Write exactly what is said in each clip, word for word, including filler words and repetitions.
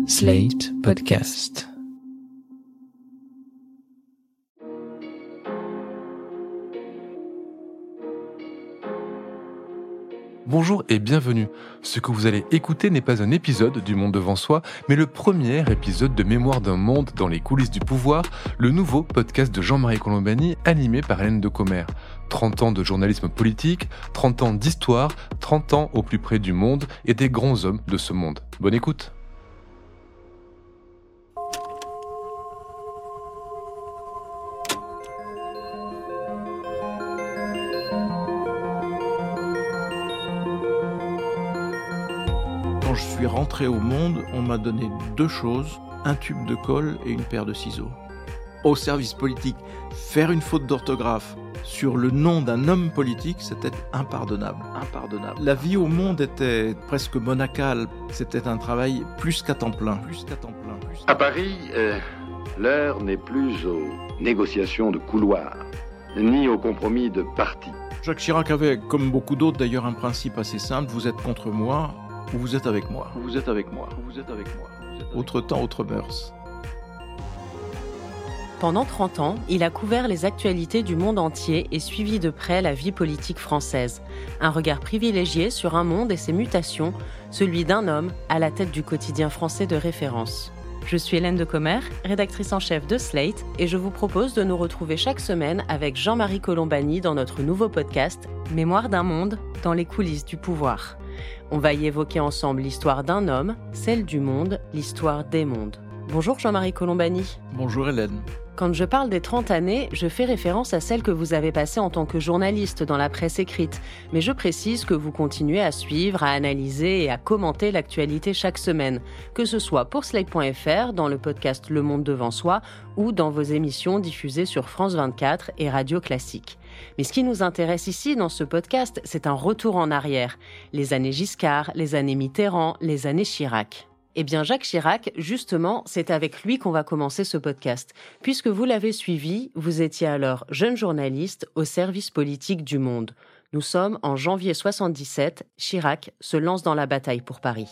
Slate Podcast. Bonjour et bienvenue. Ce que vous allez écouter n'est pas un épisode du Monde devant soi, mais le premier épisode de Mémoire d'un monde dans les coulisses du pouvoir, le nouveau podcast de Jean-Marie Colombani animé par Hélène de Commer. trente ans de journalisme politique, trente ans d'histoire, trente ans au plus près du monde et des grands hommes de ce monde. Bonne écoute. Quand je suis rentré au monde, on m'a donné deux choses, un tube de colle et une paire de ciseaux. Au service politique, faire une faute d'orthographe sur le nom d'un homme politique, c'était impardonnable. Impardonnable. La vie au monde était presque monacale. C'était un travail plus qu'à temps plein. Plus qu'à temps plein. Plus qu'à... À Paris, euh, l'heure n'est plus aux négociations de couloir, ni aux compromis de parti. Jacques Chirac avait, comme beaucoup d'autres d'ailleurs, un principe assez simple. Vous êtes contre moi, ou vous êtes avec moi. Vous êtes avec moi. Vous êtes avec moi. Autre temps, autre mœurs. Pendant trente ans, il a couvert les actualités du monde entier et suivi de près la vie politique française. Un regard privilégié sur un monde et ses mutations, celui d'un homme à la tête du quotidien français de référence. Je suis Hélène de Commer, rédactrice en chef de Slate, et je vous propose de nous retrouver chaque semaine avec Jean-Marie Colombani dans notre nouveau podcast « Mémoire d'un monde dans les coulisses du pouvoir ». On va y évoquer ensemble l'histoire d'un homme, celle du monde, l'histoire des mondes. Bonjour Jean-Marie Colombani. Bonjour Hélène. Quand je parle des trente années, je fais référence à celles que vous avez passées en tant que journaliste dans la presse écrite. Mais je précise que vous continuez à suivre, à analyser et à commenter l'actualité chaque semaine, que ce soit pour Slate point F R, dans le podcast Le Monde devant soi, ou dans vos émissions diffusées sur France vingt-quatre et Radio Classique. Mais ce qui nous intéresse ici, dans ce podcast, c'est un retour en arrière. Les années Giscard, les années Mitterrand, les années Chirac. Eh bien, Jacques Chirac, justement, c'est avec lui qu'on va commencer ce podcast. Puisque vous l'avez suivi, vous étiez alors jeune journaliste au service politique du Monde. Nous sommes en janvier soixante-dix-sept, Chirac se lance dans la bataille pour Paris.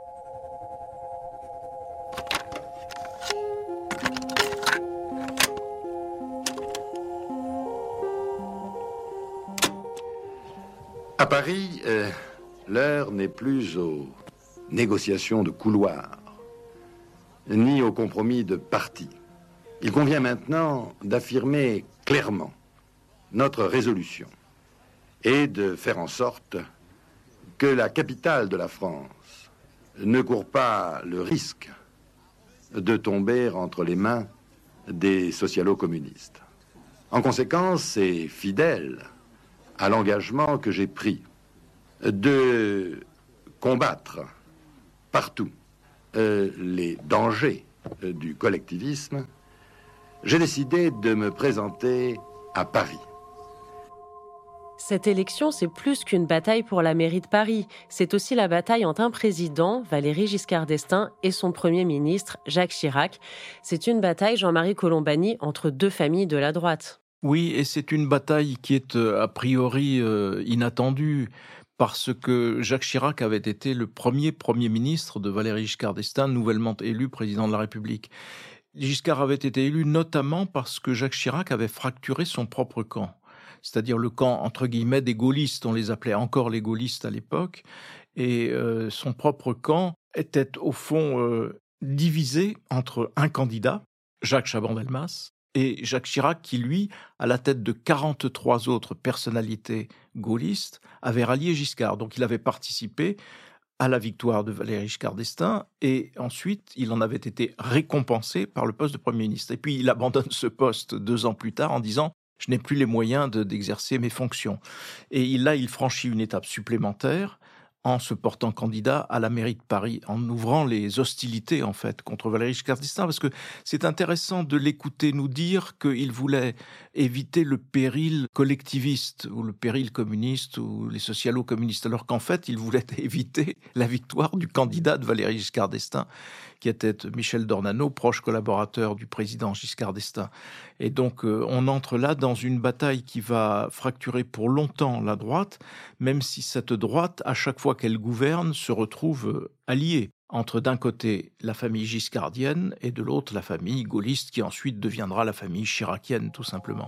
À Paris, euh, l'heure n'est plus aux négociations de couloir, ni aux compromis de parti. Il convient maintenant d'affirmer clairement notre résolution et de faire en sorte que la capitale de la France ne court pas le risque de tomber entre les mains des socialo-communistes. En conséquence, et fidèle à l'engagement que j'ai pris de combattre partout euh, les dangers euh, du collectivisme, j'ai décidé de me présenter à Paris. Cette élection, c'est plus qu'une bataille pour la mairie de Paris. C'est aussi la bataille entre un président, Valéry Giscard d'Estaing, et son premier ministre, Jacques Chirac. C'est une bataille, Jean-Marie Colombani, entre deux familles de la droite. Oui, et c'est une bataille qui est euh, a priori euh, inattendue, parce que Jacques Chirac avait été le premier Premier ministre de Valéry Giscard d'Estaing, nouvellement élu président de la République. Giscard avait été élu notamment parce que Jacques Chirac avait fracturé son propre camp, c'est-à-dire le camp, entre guillemets, des gaullistes, on les appelait encore les gaullistes à l'époque, et euh, son propre camp était au fond euh, divisé entre un candidat, Jacques Chaban-Delmas, et Jacques Chirac, qui, lui, à la tête de quarante-trois autres personnalités gaullistes, avait rallié Giscard. Donc il avait participé à la victoire de Valéry Giscard d'Estaing, et ensuite il en avait été récompensé par le poste de Premier ministre. Et puis il abandonne ce poste deux ans plus tard en disant « je n'ai plus les moyens de, d'exercer mes fonctions ». Et il, là, il franchit une étape supplémentaire en se portant candidat à la mairie de Paris, en ouvrant les hostilités, en fait, contre Valéry Giscard d'Estaing, parce que c'est intéressant de l'écouter nous dire qu'il voulait éviter le péril collectiviste, ou le péril communiste, ou les socialo-communistes, alors qu'en fait, il voulait éviter la victoire du candidat de Valéry Giscard d'Estaing, qui était Michel Dornano, proche collaborateur du président Giscard d'Estaing. Et donc, euh, on entre là dans une bataille qui va fracturer pour longtemps la droite, même si cette droite, à chaque fois qu'elle gouverne, se retrouve alliée entre d'un côté la famille giscardienne et de l'autre la famille gaulliste qui ensuite deviendra la famille chiracienne tout simplement.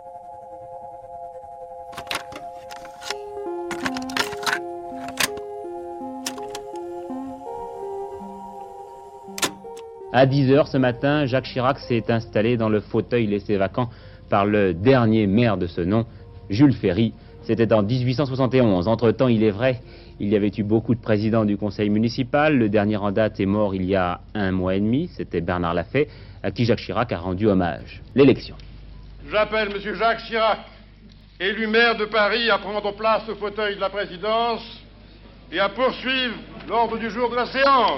À dix heures ce matin, Jacques Chirac s'est installé dans le fauteuil laissé vacant par le dernier maire de ce nom, Jules Ferry. C'était en dix-huit cent soixante et onze. Entre-temps, il est vrai, il y avait eu beaucoup de présidents du conseil municipal. Le dernier en date est mort il y a un mois et demi. C'était Bernard Lafay, à qui Jacques Chirac a rendu hommage. L'élection. J'appelle M. Jacques Chirac, élu maire de Paris, à prendre place au fauteuil de la présidence et à poursuivre l'ordre du jour de la séance.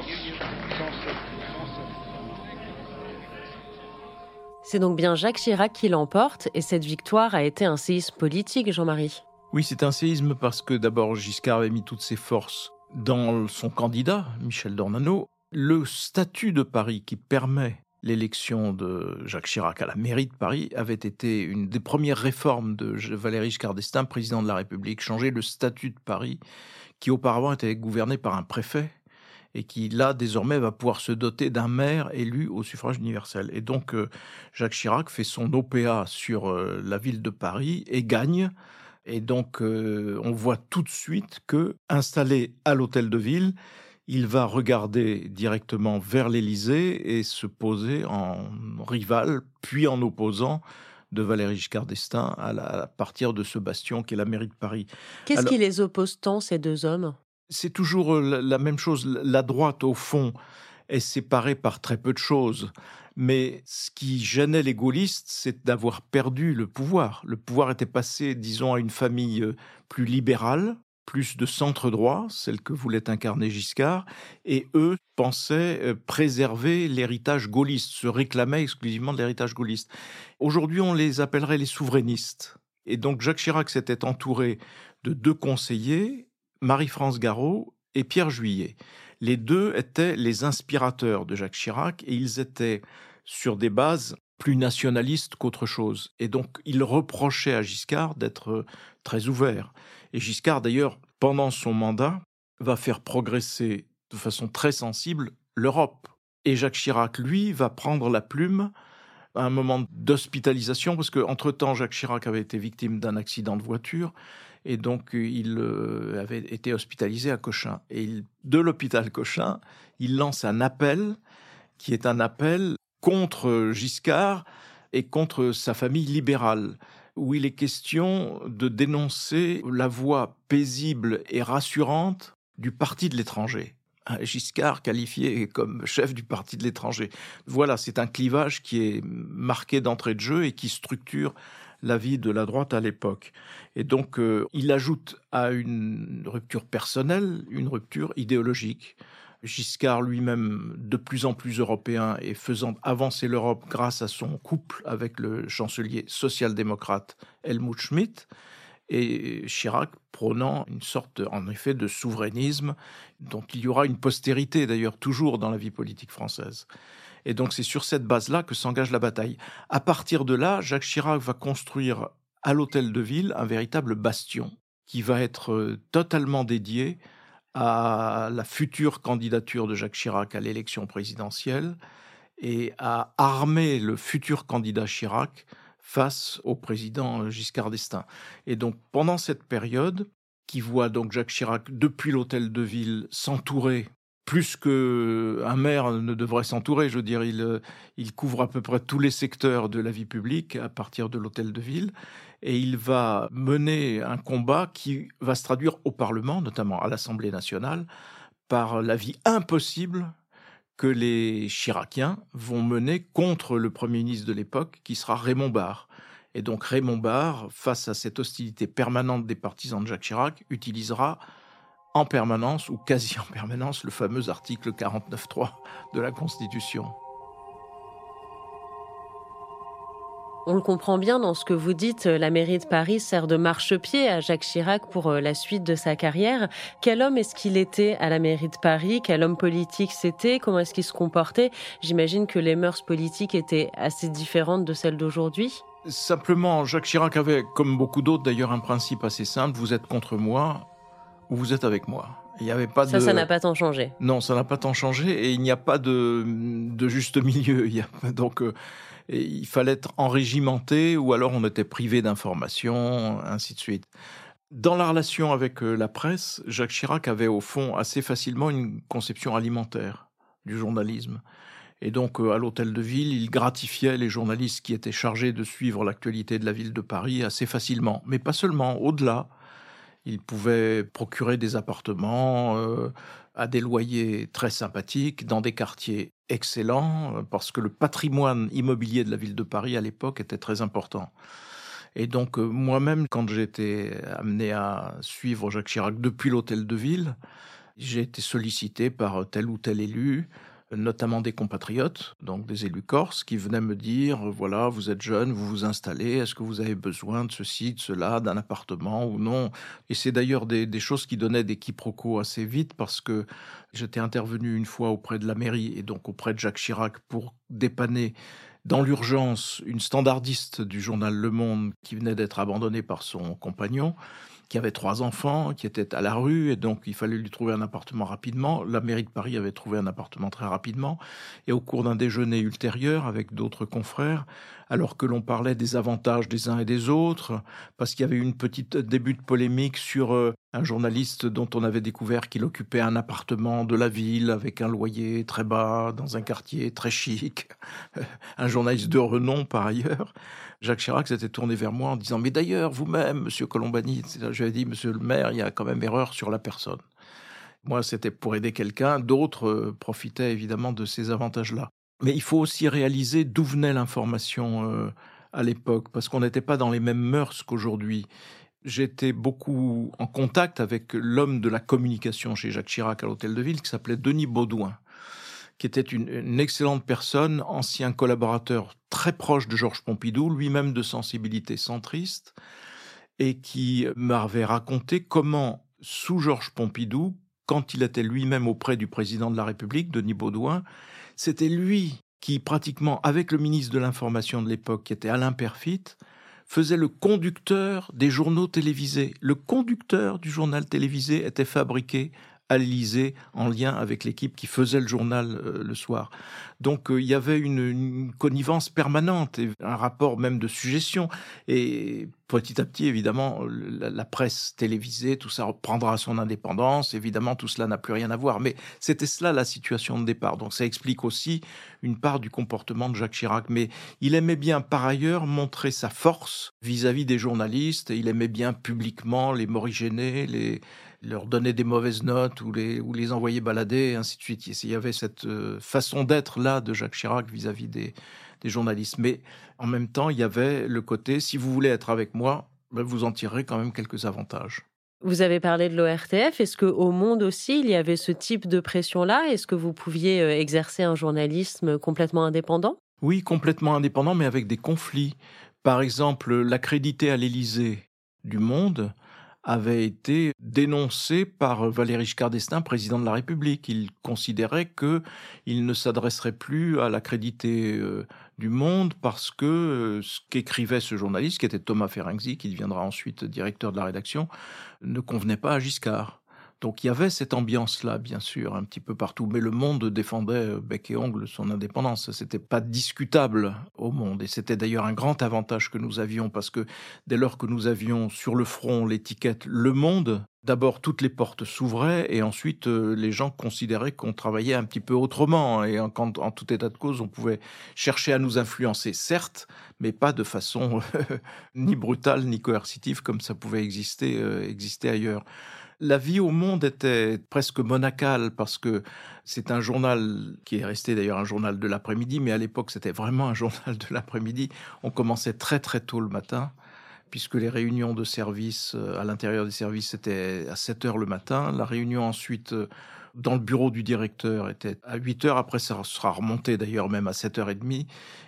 C'est donc bien Jacques Chirac qui l'emporte, et cette victoire a été un séisme politique, Jean-Marie. Oui, c'est un séisme parce que d'abord Giscard avait mis toutes ses forces dans son candidat, Michel d'Ornano. Le statut de Paris qui permet l'élection de Jacques Chirac à la mairie de Paris avait été une des premières réformes de Valéry Giscard d'Estaing, président de la République, changer le statut de Paris qui auparavant était gouverné par un préfet et qui, là, désormais, va pouvoir se doter d'un maire élu au suffrage universel. Et donc, euh, Jacques Chirac fait son O P A sur euh, la ville de Paris et gagne. Et donc, euh, on voit tout de suite que, installé à l'hôtel de ville, il va regarder directement vers l'Élysée et se poser en rival, puis en opposant de Valéry Giscard d'Estaing à, la, à partir de ce bastion qu'est la mairie de Paris. Qu'est-ce Alors, qui les oppose tant, ces deux hommes ? C'est toujours la même chose. La droite, au fond, est séparée par très peu de choses. Mais ce qui gênait les gaullistes, c'est d'avoir perdu le pouvoir. Le pouvoir était passé, disons, à une famille plus libérale, plus de centre-droit, celle que voulait incarner Giscard, et eux pensaient préserver l'héritage gaulliste, se réclamaient exclusivement de l'héritage gaulliste. Aujourd'hui, on les appellerait les souverainistes. Et donc Jacques Chirac s'était entouré de deux conseillers, Marie-France Garot et Pierre Juillet. Les deux étaient les inspirateurs de Jacques Chirac et ils étaient sur des bases plus nationalistes qu'autre chose. Et donc, ils reprochaient à Giscard d'être très ouvert. Et Giscard, d'ailleurs, pendant son mandat, va faire progresser de façon très sensible l'Europe. Et Jacques Chirac, lui, va prendre la plume à un moment d'hospitalisation, parce qu'entre-temps, Jacques Chirac avait été victime d'un accident de voiture, et donc il euh, avait été hospitalisé à Cochin. Et il, de l'hôpital Cochin, il lance un appel, qui est un appel contre Giscard et contre sa famille libérale, où il est question de dénoncer la voix paisible et rassurante du Parti de l'étranger. Giscard qualifié comme chef du Parti de l'étranger. Voilà, c'est un clivage qui est marqué d'entrée de jeu et qui structure la vie de la droite à l'époque. Et donc, euh, il ajoute à une rupture personnelle, une rupture idéologique. Giscard lui-même, de plus en plus européen et faisant avancer l'Europe grâce à son couple avec le chancelier social-démocrate Helmut Schmidt, et Chirac prônant une sorte, en effet, de souverainisme dont il y aura une postérité, d'ailleurs, toujours dans la vie politique française. Et donc, c'est sur cette base-là que s'engage la bataille. À partir de là, Jacques Chirac va construire à l'hôtel de ville un véritable bastion qui va être totalement dédié à la future candidature de Jacques Chirac à l'élection présidentielle et à armer le futur candidat Chirac face au président Giscard d'Estaing. Et donc, pendant cette période, qui voit donc Jacques Chirac, depuis l'hôtel de ville, s'entourer, plus qu'un maire ne devrait s'entourer, je veux dire, il, il couvre à peu près tous les secteurs de la vie publique à partir de l'hôtel de ville, et il va mener un combat qui va se traduire au Parlement, notamment à l'Assemblée nationale, par la vie impossible que les Chiraciens vont mener contre le Premier ministre de l'époque, qui sera Raymond Barre. Et donc Raymond Barre, face à cette hostilité permanente des partisans de Jacques Chirac, utilisera en permanence, ou quasi en permanence, le fameux article quarante-neuf trois de la Constitution. On le comprend bien dans ce que vous dites, la mairie de Paris sert de marchepied à Jacques Chirac pour la suite de sa carrière. Quel homme est-ce qu'il était à la mairie de Paris ? Quel homme politique c'était ? Comment est-ce qu'il se comportait ? J'imagine que les mœurs politiques étaient assez différentes de celles d'aujourd'hui. Simplement, Jacques Chirac avait, comme beaucoup d'autres d'ailleurs, un principe assez simple. Vous êtes contre moi ou vous êtes avec moi. Il n'y avait pas ça, de... ça n'a pas tant changé. Non, ça n'a pas tant changé et il n'y a pas de, de juste milieu. Il y a... Donc, euh, il fallait être enrégimenté ou alors on était privé d'informations, ainsi de suite. Dans la relation avec la presse, Jacques Chirac avait au fond assez facilement une conception alimentaire du journalisme. Et donc, à l'Hôtel de Ville, il gratifiait les journalistes qui étaient chargés de suivre l'actualité de la ville de Paris assez facilement. Mais pas seulement, au-delà. Il pouvait procurer des appartements euh, à des loyers très sympathiques, dans des quartiers excellents, parce que le patrimoine immobilier de la ville de Paris, à l'époque, était très important. Et donc, euh, moi-même, quand j'ai été amené à suivre Jacques Chirac depuis l'Hôtel de Ville, j'ai été sollicité par tel ou tel élu, notamment des compatriotes, donc des élus corses, qui venaient me dire, voilà, vous êtes jeune, vous vous installez, est-ce que vous avez besoin de ceci, de cela, d'un appartement ou non? Et c'est d'ailleurs des, des choses qui donnaient des quiproquos assez vite, parce que j'étais intervenu une fois auprès de la mairie, et donc auprès de Jacques Chirac, pour dépanner dans l'urgence une standardiste du journal Le Monde qui venait d'être abandonnée par son compagnon, qui avait trois enfants, qui était à la rue, et donc il fallait lui trouver un appartement rapidement. La mairie de Paris avait trouvé un appartement très rapidement. Et au cours d'un déjeuner ultérieur avec d'autres confrères, alors que l'on parlait des avantages des uns et des autres, parce qu'il y avait eu une petite début de polémique sur euh, un journaliste dont on avait découvert qu'il occupait un appartement de la ville avec un loyer très bas, dans un quartier très chic, un journaliste de renom par ailleurs. Jacques Chirac s'était tourné vers moi en disant « Mais d'ailleurs, vous-même, monsieur Colombani », je lui ai dit « Monsieur le maire, il y a quand même erreur sur la personne ». Moi, c'était pour aider quelqu'un. D'autres euh, profitaient évidemment de ces avantages-là. Mais il faut aussi réaliser d'où venait l'information euh, à l'époque, parce qu'on n'était pas dans les mêmes mœurs qu'aujourd'hui. J'étais beaucoup en contact avec l'homme de la communication chez Jacques Chirac à l'Hôtel de Ville, qui s'appelait Denis Baudouin, qui était une, une excellente personne, ancien collaborateur très proche de Georges Pompidou, lui-même de sensibilité centriste, et qui m'avait raconté comment, sous Georges Pompidou, quand il était lui-même auprès du président de la République, Denis Baudouin, c'était lui qui, pratiquement, avec le ministre de l'Information de l'époque, qui était Alain Perfit, faisait le conducteur des journaux télévisés. Le conducteur du journal télévisé était fabriqué à l'Élysée, en lien avec l'équipe qui faisait le journal euh, le soir. Donc euh, il y avait une, une connivence permanente, et un rapport même de suggestion. Et petit à petit, évidemment, la, la presse télévisée, tout ça reprendra son indépendance. Évidemment, tout cela n'a plus rien à voir. Mais c'était cela la situation de départ. Donc ça explique aussi une part du comportement de Jacques Chirac. Mais il aimait bien, par ailleurs, montrer sa force vis-à-vis des journalistes. Et il aimait bien publiquement les morigéner, les... leur donner des mauvaises notes ou les, ou les envoyer balader, et ainsi de suite. Il y avait cette euh, façon d'être là de Jacques Chirac vis-à-vis des, des journalistes. Mais en même temps, il y avait le côté, si vous voulez être avec moi, ben vous en tirerez quand même quelques avantages. Vous avez parlé de l'O R T F. Est-ce qu'au Monde aussi, il y avait ce type de pression-là? Est-ce que vous pouviez euh, exercer un journalisme complètement indépendant? Oui, complètement indépendant, mais avec des conflits. Par exemple, l'accrédité à l'Élysée du Monde avait été dénoncé par Valéry Giscard d'Estaing, président de la République. Il considérait qu'il ne s'adresserait plus à l'accrédité euh, du Monde parce que euh, ce qu'écrivait ce journaliste, qui était Thomas Ferenczi, qui deviendra ensuite directeur de la rédaction, ne convenait pas à Giscard. Donc il y avait cette ambiance-là, bien sûr, un petit peu partout. Mais le Monde défendait bec et ongle son indépendance. C'était pas discutable au Monde. Et c'était d'ailleurs un grand avantage que nous avions, parce que dès lors que nous avions sur le front l'étiquette Le Monde, d'abord toutes les portes s'ouvraient, et ensuite euh, les gens considéraient qu'on travaillait un petit peu autrement. Et en, en, en tout état de cause, on pouvait chercher à nous influencer, certes, mais pas de façon ni brutale ni coercitive comme ça pouvait exister, euh, exister ailleurs. La vie au Monde était presque monacale, parce que c'est un journal qui est resté d'ailleurs un journal de l'après-midi, mais à l'époque c'était vraiment un journal de l'après-midi. On commençait très très tôt le matin, puisque les réunions de service à l'intérieur des services c'était à sept heures le matin. La réunion ensuite dans le bureau du directeur était à huit heures, après ça sera remonté d'ailleurs même à sept heures trente.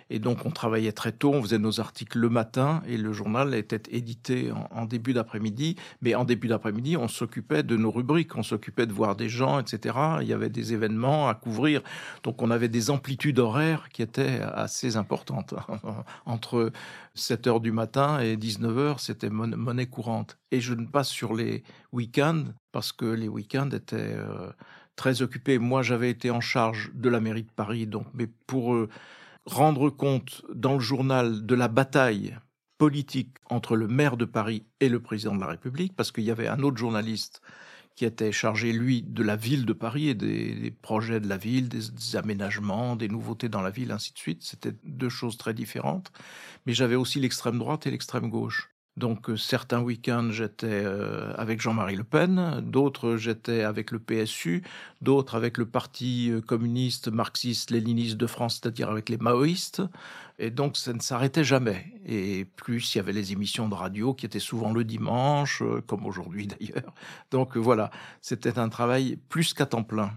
Et donc, on travaillait très tôt, on faisait nos articles le matin et le journal était édité en, en début d'après-midi. Mais en début d'après-midi, on s'occupait de nos rubriques, on s'occupait de voir des gens, et cetera. Il y avait des événements à couvrir. Donc, on avait des amplitudes horaires qui étaient assez importantes. Entre sept heures du matin et dix-neuf heures, c'était mon- monnaie courante. Et je ne passe sur les week-ends parce que les week-ends étaient euh, très occupés. Moi, j'avais été en charge de la mairie de Paris, donc, mais pour... Euh, rendre compte dans le journal de la bataille politique entre le maire de Paris et le président de la République, parce qu'il y avait un autre journaliste qui était chargé, lui, de la ville de Paris et des, des projets de la ville, des, des aménagements, des nouveautés dans la ville, ainsi de suite. C'était deux choses très différentes. Mais j'avais aussi l'extrême droite et l'extrême gauche. Donc, euh, certains week-ends, j'étais euh, avec Jean-Marie Le Pen, d'autres, j'étais avec le P S U, d'autres avec le Parti communiste, marxiste, léniniste de France, c'est-à-dire avec les maoïstes. Et donc, ça ne s'arrêtait jamais. Et plus, il y avait les émissions de radio qui étaient souvent le dimanche, euh, comme aujourd'hui d'ailleurs. Donc, euh, voilà, c'était un travail plus qu'à temps plein.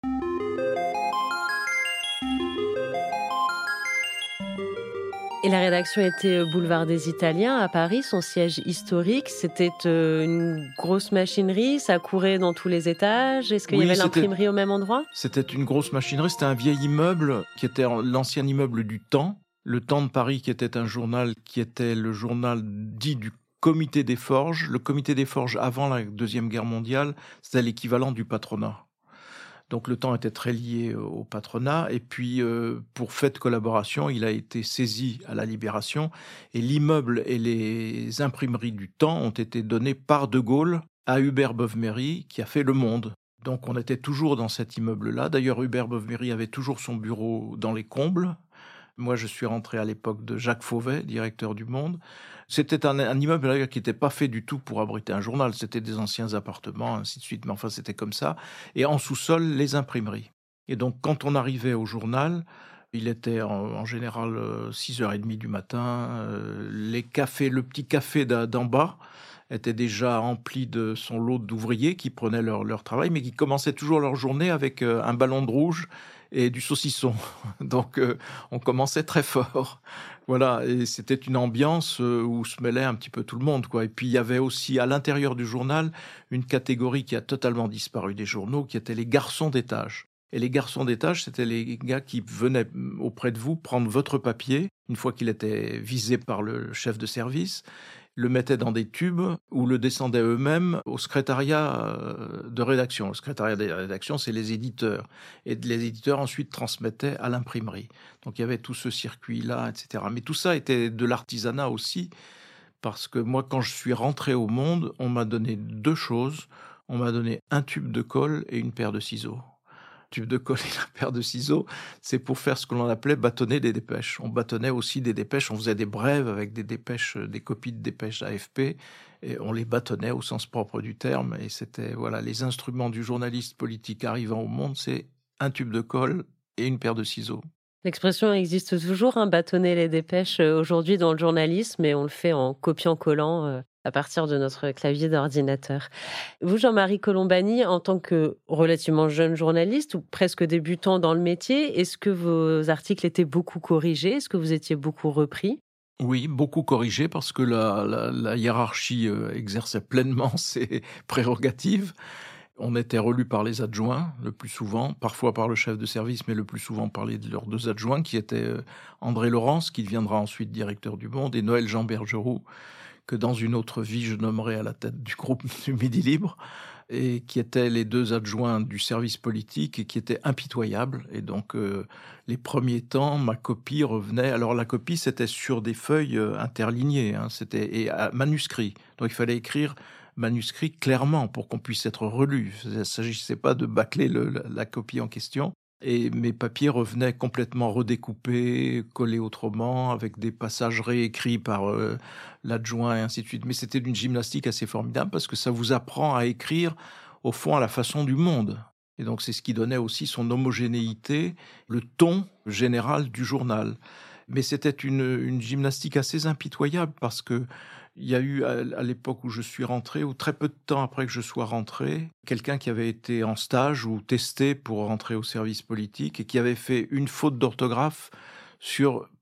Et la rédaction était Boulevard des Italiens à Paris, son siège historique. C'était une grosse machinerie, ça courait dans tous les étages. Est-ce qu'il oui, y avait l'imprimerie au même endroit ? C'était une grosse machinerie, c'était un vieil immeuble qui était l'ancien immeuble du Temps. Le Temps de Paris qui était un journal qui était le journal dit du Comité des Forges. Le Comité des Forges avant la Deuxième Guerre mondiale, c'était l'équivalent du patronat. Donc le Temps était très lié au patronat. Et puis, euh, pour fait de collaboration, il a été saisi à la Libération. Et l'immeuble et les imprimeries du Temps ont été donnés par De Gaulle à Hubert Beuve-Méry, qui a fait Le Monde. Donc on était toujours dans cet immeuble-là. D'ailleurs, Hubert Beuve-Méry avait toujours son bureau dans les combles. Moi, je suis rentré à l'époque de Jacques Fauvet, directeur du Monde. C'était un, un immeuble d'ailleurs qui n'était pas fait du tout pour abriter un journal. C'était des anciens appartements, ainsi de suite. Mais enfin, c'était comme ça. Et en sous-sol, les imprimeries. Et donc, quand on arrivait au journal, il était en, en général six heures trente du matin. Euh, les cafés, le petit café d'en bas était déjà rempli de son lot d'ouvriers qui prenaient leur, leur travail, mais qui commençaient toujours leur journée avec euh, un ballon de rouge et du saucisson. Donc, euh, on commençait très fort. Voilà, et c'était une ambiance euh, où se mêlait un petit peu tout le monde, quoi. Et puis, il y avait aussi, à l'intérieur du journal, une catégorie qui a totalement disparu des journaux, qui étaient les garçons d'étage. Et les garçons d'étage, c'était les gars qui venaient auprès de vous prendre votre papier, une fois qu'il était visé par le chef de service, le mettaient dans des tubes ou le descendaient eux-mêmes au secrétariat de rédaction. Le secrétariat de rédaction, c'est les éditeurs. Et les éditeurs ensuite transmettaient à l'imprimerie. Donc il y avait tout ce circuit-là, et cetera. Mais tout ça était de l'artisanat aussi, parce que moi, quand je suis rentré au Monde, on m'a donné deux choses. On m'a donné un tube de colle et une paire de ciseaux. Tube de colle et la paire de ciseaux, c'est pour faire ce que l'on appelait bâtonner des dépêches. On bâtonnait aussi des dépêches, on faisait des brèves avec des dépêches, des copies de dépêches A F P, et on les bâtonnait au sens propre du terme, et c'était, voilà, les instruments du journaliste politique arrivant au Monde, c'est un tube de colle et une paire de ciseaux. L'expression existe toujours, hein, bâtonner les dépêches aujourd'hui dans le journalisme, et on le fait en copiant-collant euh, à partir de notre clavier d'ordinateur. Vous, Jean-Marie Colombani, en tant que relativement jeune journaliste ou presque débutant dans le métier, est-ce que vos articles étaient beaucoup corrigés ? Est-ce que vous étiez beaucoup repris ? Oui, beaucoup corrigés parce que la, la, la hiérarchie euh, exerçait pleinement ses prérogatives. On était relu par les adjoints, le plus souvent, parfois par le chef de service, mais le plus souvent par les, leurs deux adjoints, qui étaient André Laurence, qui deviendra ensuite directeur du Monde, et Noël Jean Bergerot, que dans une autre vie, je nommerai à la tête du groupe du Midi Libre, et qui étaient les deux adjoints du service politique et qui étaient impitoyables. Et donc, euh, les premiers temps, ma copie revenait... Alors, la copie, c'était sur des feuilles interlignées, hein, c'était et, à, manuscrit. Donc, il fallait écrire manuscrit clairement pour qu'on puisse être relu. Il ne s'agissait pas de bâcler le, la, la copie en question. Et mes papiers revenaient complètement redécoupés, collés autrement, avec des passages réécrits par euh, l'adjoint et ainsi de suite. Mais c'était une gymnastique assez formidable parce que ça vous apprend à écrire, au fond, à la façon du Monde. Et donc, c'est ce qui donnait aussi son homogénéité, le ton général du journal. Mais c'était une, une gymnastique assez impitoyable parce que il y a eu, à l'époque où je suis rentré, ou très peu de temps après que je sois rentré, quelqu'un qui avait été en stage ou testé pour rentrer au service politique et qui avait fait une faute d'orthographe sur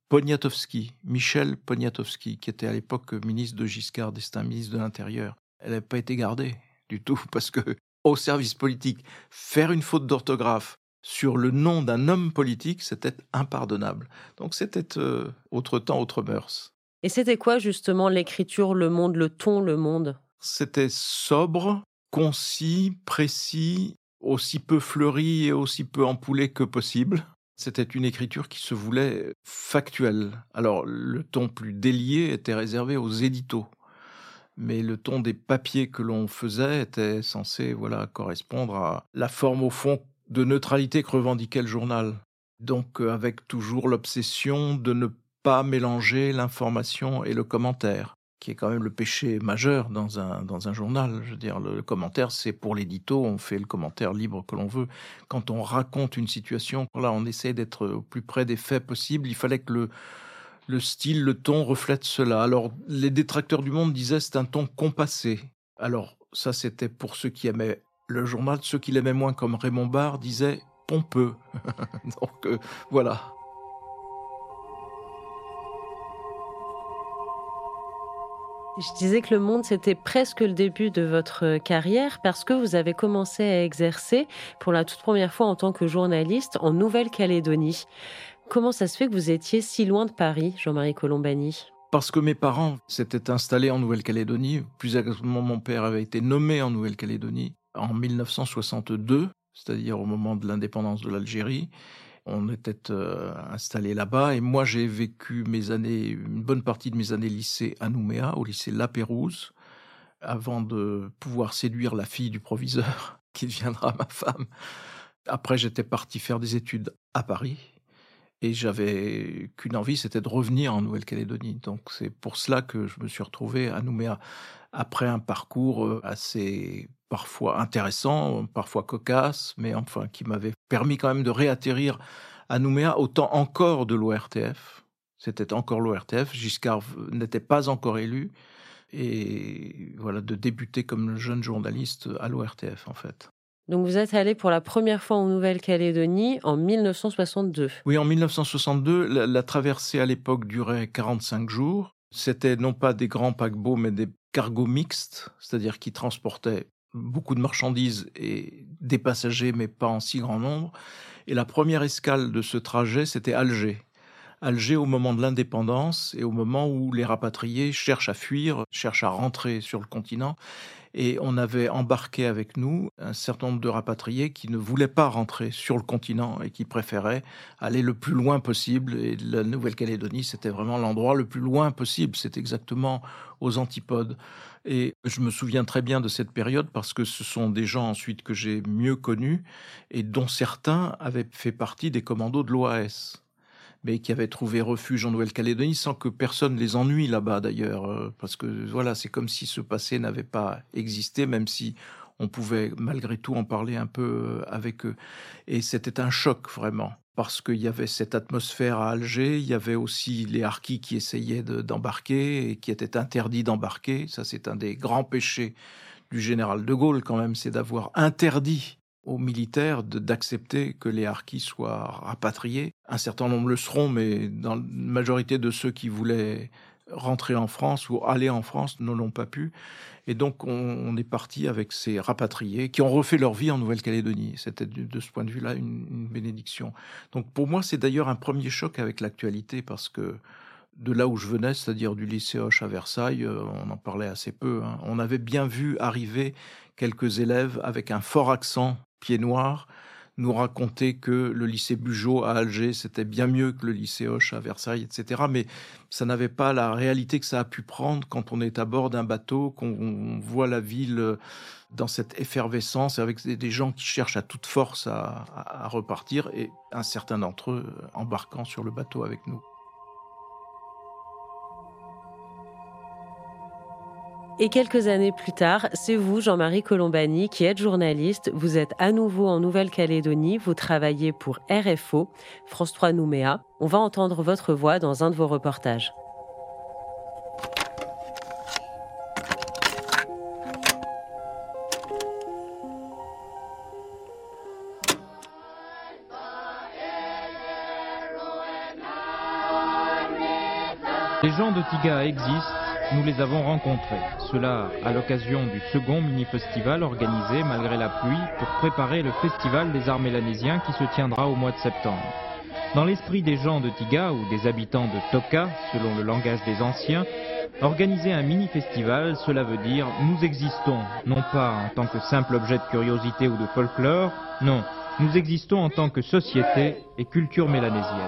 Poniatowski, Michel Poniatowski, qui était à l'époque ministre de Giscard d'Estaing, ministre de l'Intérieur. Elle n'avait pas été gardée du tout, parce que au service politique, faire une faute d'orthographe sur le nom d'un homme politique, c'était impardonnable. Donc c'était euh, autre temps, autre mœurs. Et c'était quoi justement l'écriture, le monde, le ton, le monde ? C'était sobre, concis, précis, aussi peu fleuri et aussi peu ampoulé que possible. C'était une écriture qui se voulait factuelle. Alors, le ton plus délié était réservé aux éditos. Mais le ton des papiers que l'on faisait était censé voilà, correspondre à la forme, au fond, de neutralité que revendiquait le journal. Donc, avec toujours l'obsession de ne pas mélanger l'information et le commentaire, qui est quand même le péché majeur dans un, dans un journal. Je veux dire, le, le commentaire, c'est pour l'édito, on fait le commentaire libre que l'on veut. Quand on raconte une situation, là, on essaie d'être au plus près des faits possibles. Il fallait que le, le style, le ton reflète cela. Alors, les détracteurs du Monde disaient c'est un ton compassé. Alors, ça, c'était pour ceux qui aimaient le journal. Ceux qui l'aimaient moins, comme Raymond Barre, disaient pompeux. Donc, euh, voilà. Je disais que Le Monde, c'était presque le début de votre carrière parce que vous avez commencé à exercer pour la toute première fois en tant que journaliste en Nouvelle-Calédonie. Comment ça se fait que vous étiez si loin de Paris, Jean-Marie Colombani ? Parce que mes parents s'étaient installés en Nouvelle-Calédonie. Plus exactement, mon père avait été nommé en Nouvelle-Calédonie en dix-neuf cent soixante-deux, c'est-à-dire au moment de l'indépendance de l'Algérie. On était euh, installés là-bas et moi j'ai vécu mes années, une bonne partie de mes années lycée à Nouméa, au lycée La Pérouse, avant de pouvoir séduire la fille du proviseur qui deviendra ma femme. Après j'étais parti faire des études à Paris et j'avais qu'une envie, c'était de revenir en Nouvelle-Calédonie. Donc c'est pour cela que je me suis retrouvé à Nouméa après un parcours assez parfois intéressant, parfois cocasse, mais enfin qui m'avait permis quand même de réatterrir à Nouméa au temps encore de l'O R T F. C'était encore l'O R T F, Giscard n'était pas encore élu, et voilà, de débuter comme jeune journaliste à l'O R T F en fait. Donc vous êtes allé pour la première fois en Nouvelle-Calédonie en dix-neuf cent soixante-deux. Oui, en dix-neuf cent soixante-deux, la, la traversée à l'époque durait quarante-cinq jours. C'était non pas des grands paquebots, mais des cargos mixtes, c'est-à-dire qui transportaient beaucoup de marchandises et des passagers, mais pas en si grand nombre. Et la première escale de ce trajet, c'était Alger. Alger au moment de l'indépendance et au moment où les rapatriés cherchent à fuir, cherchent à rentrer sur le continent. Et on avait embarqué avec nous un certain nombre de rapatriés qui ne voulaient pas rentrer sur le continent et qui préféraient aller le plus loin possible. Et la Nouvelle-Calédonie, c'était vraiment l'endroit le plus loin possible. C'est exactement aux antipodes. Et je me souviens très bien de cette période parce que ce sont des gens ensuite que j'ai mieux connus et dont certains avaient fait partie des commandos de l'O A S, mais qui avaient trouvé refuge en Nouvelle-Calédonie sans que personne les ennuie là-bas d'ailleurs, parce que voilà, c'est comme si ce passé n'avait pas existé, même si on pouvait malgré tout en parler un peu avec eux. Et c'était un choc vraiment, parce qu'il y avait cette atmosphère à Alger, il y avait aussi les harkis qui essayaient de, d'embarquer et qui étaient interdits d'embarquer. Ça, c'est un des grands péchés du général de Gaulle quand même, c'est d'avoir interdit aux militaires de, d'accepter que les harkis soient rapatriés. Un certain nombre le seront, mais dans la majorité de ceux qui voulaient rentrer en France ou aller en France ne l'ont pas pu. Et donc, on, on est parti avec ces rapatriés qui ont refait leur vie en Nouvelle-Calédonie. C'était de, de ce point de vue-là une, une bénédiction. Donc, pour moi, c'est d'ailleurs un premier choc avec l'actualité parce que de là où je venais, c'est-à-dire du lycée Hoche à Versailles, on en parlait assez peu. Hein. On avait bien vu arriver quelques élèves avec un fort accent pied noir, nous raconter que le lycée Bugeaud à Alger, c'était bien mieux que le lycée Hoche à Versailles, et cetera. Mais ça n'avait pas la réalité que ça a pu prendre quand on est à bord d'un bateau, qu'on voit la ville dans cette effervescence, avec des gens qui cherchent à toute force à, à repartir, et un certain d'entre eux embarquant sur le bateau avec nous. Et quelques années plus tard, c'est vous, Jean-Marie Colombani, qui êtes journaliste. Vous êtes à nouveau en Nouvelle-Calédonie. Vous travaillez pour R F O, France trois Nouméa. On va entendre votre voix dans un de vos reportages. Les gens de Tiga existent, nous les avons rencontrés. Cela à l'occasion du second mini-festival organisé malgré la pluie pour préparer le festival des arts mélanésiens qui se tiendra au mois de septembre. Dans l'esprit des gens de Tiga ou des habitants de Toka, selon le langage des anciens, organiser un mini-festival, cela veut dire nous existons, non pas en tant que simple objet de curiosité ou de folklore, non, nous existons en tant que société et culture mélanésienne.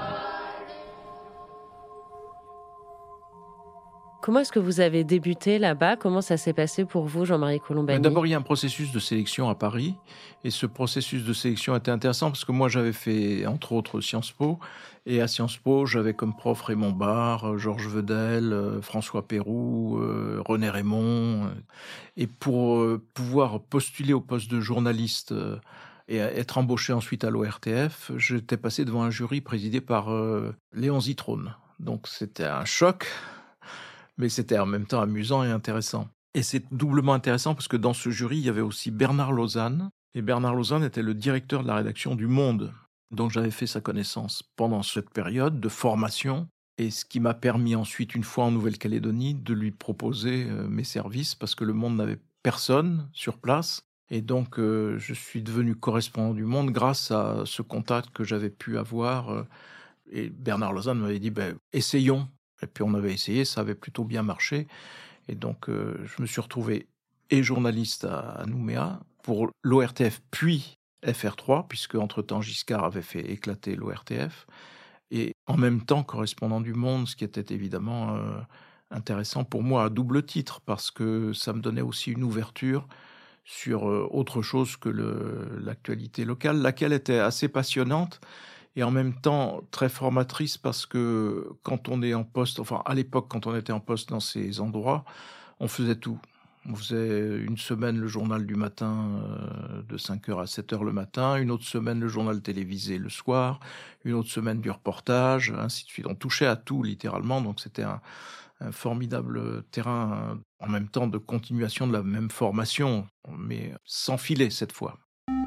Comment est-ce que vous avez débuté là-bas? Comment ça s'est passé pour vous, Jean-Marie Colombani? D'abord, il y a un processus de sélection à Paris. Et ce processus de sélection était intéressant parce que moi, j'avais fait, entre autres, Sciences Po. Et à Sciences Po, j'avais comme prof Raymond Barre, Georges Vedel, François Pérou, René Raymond. Et pour pouvoir postuler au poste de journaliste et être embauché ensuite à l'O R T F, j'étais passé devant un jury présidé par Léon Zitrone. Donc, c'était un choc. Mais c'était en même temps amusant et intéressant. Et c'est doublement intéressant parce que dans ce jury, il y avait aussi Bernard Lausanne. Et Bernard Lausanne était le directeur de la rédaction du Monde. Donc j'avais fait sa connaissance pendant cette période de formation. Et ce qui m'a permis ensuite, une fois en Nouvelle-Calédonie, de lui proposer euh, mes services parce que le Monde n'avait personne sur place. Et donc euh, je suis devenu correspondant du Monde grâce à ce contact que j'avais pu avoir. Euh, et Bernard Lausanne m'avait dit ben, « essayons ». Et puis on avait essayé, ça avait plutôt bien marché. Et donc euh, je me suis retrouvé et journaliste à, à Nouméa pour l'O R T F puis F R trois, puisque entre-temps Giscard avait fait éclater l'O R T F. Et en même temps correspondant du Monde, ce qui était évidemment euh, intéressant pour moi à double titre, parce que ça me donnait aussi une ouverture sur euh, autre chose que le, l'actualité locale, laquelle était assez passionnante. Et en même temps très formatrice parce que quand on est en poste, enfin à l'époque quand on était en poste dans ces endroits, on faisait tout. On faisait une semaine le journal du matin euh, de cinq heures à sept heures le matin, une autre semaine le journal télévisé le soir, une autre semaine du reportage, ainsi de suite. On touchait à tout littéralement, donc c'était un, un formidable terrain en même temps de continuation de la même formation, mais sans filet cette fois.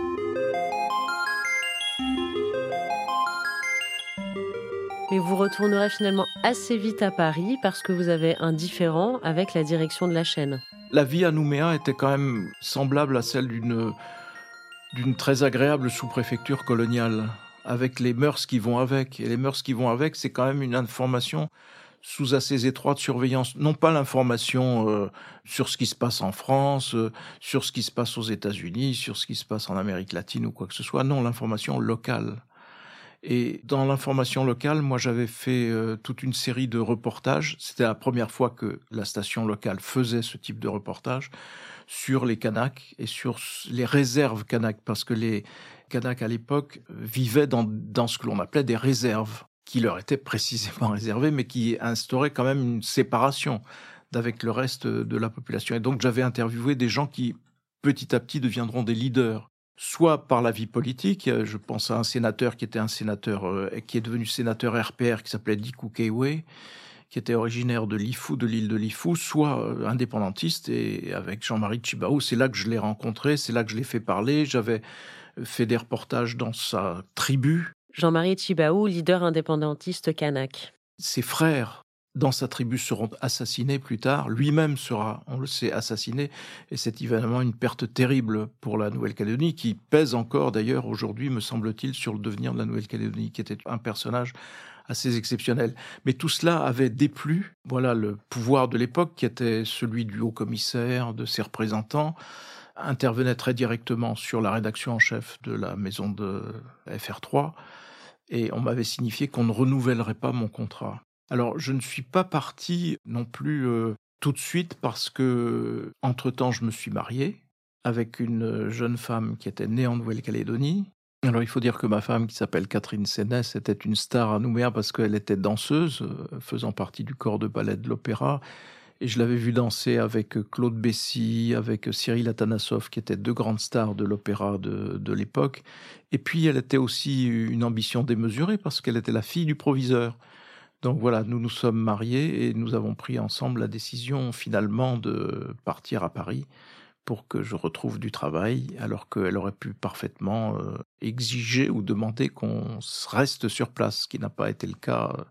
Mais vous retournerez finalement assez vite à Paris parce que vous avez un différend avec la direction de la chaîne. La vie à Nouméa était quand même semblable à celle d'une, d'une très agréable sous-préfecture coloniale, avec les mœurs qui vont avec. Et les mœurs qui vont avec, c'est quand même une information sous assez étroite surveillance. Non pas l'information euh, sur ce qui se passe en France, euh, sur ce qui se passe aux États-Unis, sur ce qui se passe en Amérique latine ou quoi que ce soit. Non, l'information locale. Et dans l'information locale, moi j'avais fait euh, toute une série de reportages. C'était la première fois que la station locale faisait ce type de reportage sur les Kanaks et sur les réserves Kanaks, parce que les Kanaks à l'époque vivaient dans, dans ce que l'on appelait des réserves, qui leur étaient précisément réservées, mais qui instauraient quand même une séparation d'avec le reste de la population. Et donc j'avais interviewé des gens qui petit à petit deviendront des leaders. Soit par la vie politique, je pense à un sénateur qui était un sénateur, euh, qui est devenu sénateur R P R, qui s'appelait Diku Keiwe, qui était originaire de Lifou, de l'île de Lifou, soit euh, indépendantiste, et avec Jean-Marie Tjibaou, c'est là que je l'ai rencontré, c'est là que je l'ai fait parler, j'avais fait des reportages dans sa tribu. Jean-Marie Tjibaou, leader indépendantiste kanak. Ses frères dans sa tribu seront assassinés plus tard. Lui-même sera, on le sait, assassiné. Et c'est évidemment une perte terrible pour la Nouvelle-Calédonie, qui pèse encore d'ailleurs aujourd'hui, me semble-t-il, sur le devenir de la Nouvelle-Calédonie, qui était un personnage assez exceptionnel. Mais tout cela avait déplu, voilà, le pouvoir de l'époque, qui était celui du haut-commissaire, de ses représentants, intervenait très directement sur la rédaction en chef de la maison de F R trois. Et on m'avait signifié qu'on ne renouvellerait pas mon contrat. Alors, je ne suis pas parti non plus euh, tout de suite parce que, entre-temps, je me suis marié avec une jeune femme qui était née en Nouvelle-Calédonie. Alors, il faut dire que ma femme, qui s'appelle Catherine Sénès, était une star à Nouméa parce qu'elle était danseuse, euh, faisant partie du corps de ballet de l'opéra. Et je l'avais vue danser avec Claude Bessy, avec Cyril Atanasoff, qui étaient deux grandes stars de l'opéra de, de l'époque. Et puis, elle était aussi une ambition démesurée parce qu'elle était la fille du proviseur. Donc voilà, nous nous sommes mariés et nous avons pris ensemble la décision finalement de partir à Paris pour que je retrouve du travail, alors qu'elle aurait pu parfaitement euh, exiger ou demander qu'on reste sur place, ce qui n'a pas été le cas, euh,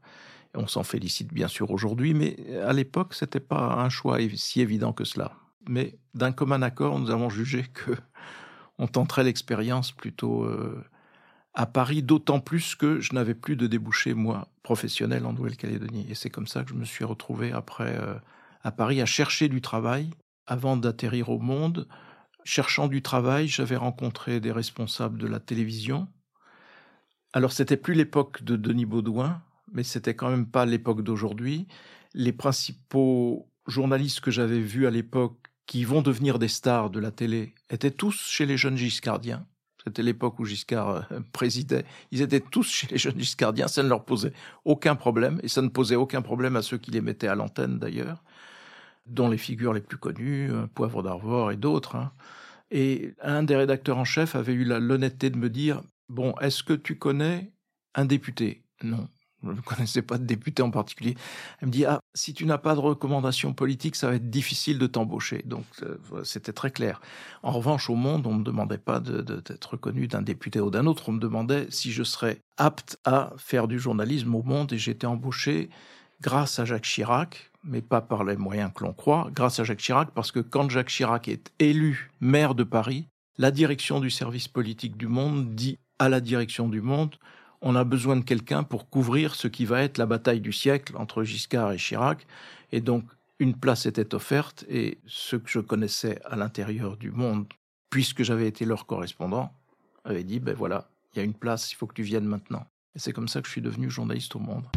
On s'en félicite bien sûr aujourd'hui, mais à l'époque, ce n'était pas un choix si évident que cela. Mais d'un commun accord, nous avons jugé qu'on tenterait l'expérience plutôt euh, à Paris, d'autant plus que je n'avais plus de débouchés, moi, professionnels en Nouvelle-Calédonie. Et c'est comme ça que je me suis retrouvé après euh, à Paris à chercher du travail avant d'atterrir au Monde. Cherchant du travail, j'avais rencontré des responsables de la télévision. Alors, c'était plus l'époque de Denis Baudouin, mais c'était quand même pas l'époque d'aujourd'hui. Les principaux journalistes que j'avais vus à l'époque, qui vont devenir des stars de la télé, étaient tous chez les jeunes giscardiens. C'était l'époque où Giscard euh, présidait. Ils étaient tous chez les jeunes giscardiens. Ça ne leur posait aucun problème, et ça ne posait aucun problème à ceux qui les mettaient à l'antenne d'ailleurs, dont les figures les plus connues, euh, Poivre d'Arvor et d'autres. Hein. Et un des rédacteurs en chef avait eu la, l'honnêteté de me dire « Bon, est-ce que tu connais un député ?» Non. Je ne connaissais pas de député en particulier. Elle me dit « Ah, si tu n'as pas de recommandation politique, ça va être difficile de t'embaucher. » Donc, euh, c'était très clair. En revanche, au Monde, on ne me demandait pas de, de, d'être reconnu d'un député ou d'un autre. On me demandait si je serais apte à faire du journalisme au Monde. Et j'ai été embauché grâce à Jacques Chirac, mais pas par les moyens que l'on croit, grâce à Jacques Chirac, parce que quand Jacques Chirac est élu maire de Paris, la direction du service politique du Monde dit à la direction du Monde « On a besoin de quelqu'un pour couvrir ce qui va être la bataille du siècle entre Giscard et Chirac. » Et donc, une place était offerte, et ceux que je connaissais à l'intérieur du Monde, puisque j'avais été leur correspondant, avaient dit « Ben voilà, il y a une place, il faut que tu viennes maintenant. » Et c'est comme ça que je suis devenu journaliste au Monde.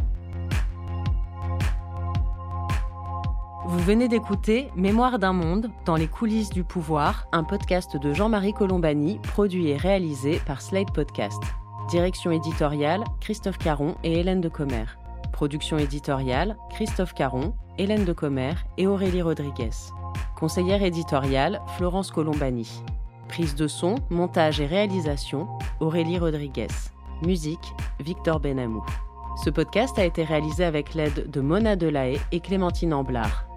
Vous venez d'écouter Mémoire d'un monde, dans les coulisses du pouvoir, un podcast de Jean-Marie Colombani, produit et réalisé par Slate Podcast. Direction éditoriale, Christophe Caron et Hélène de Commer. Production éditoriale, Christophe Caron, Hélène de Commer et Aurélie Rodriguez. Conseillère éditoriale, Florence Colombani. Prise de son, montage et réalisation, Aurélie Rodriguez. Musique, Victor Benamou. Ce podcast a été réalisé avec l'aide de Mona Delahaye et Clémentine Amblard.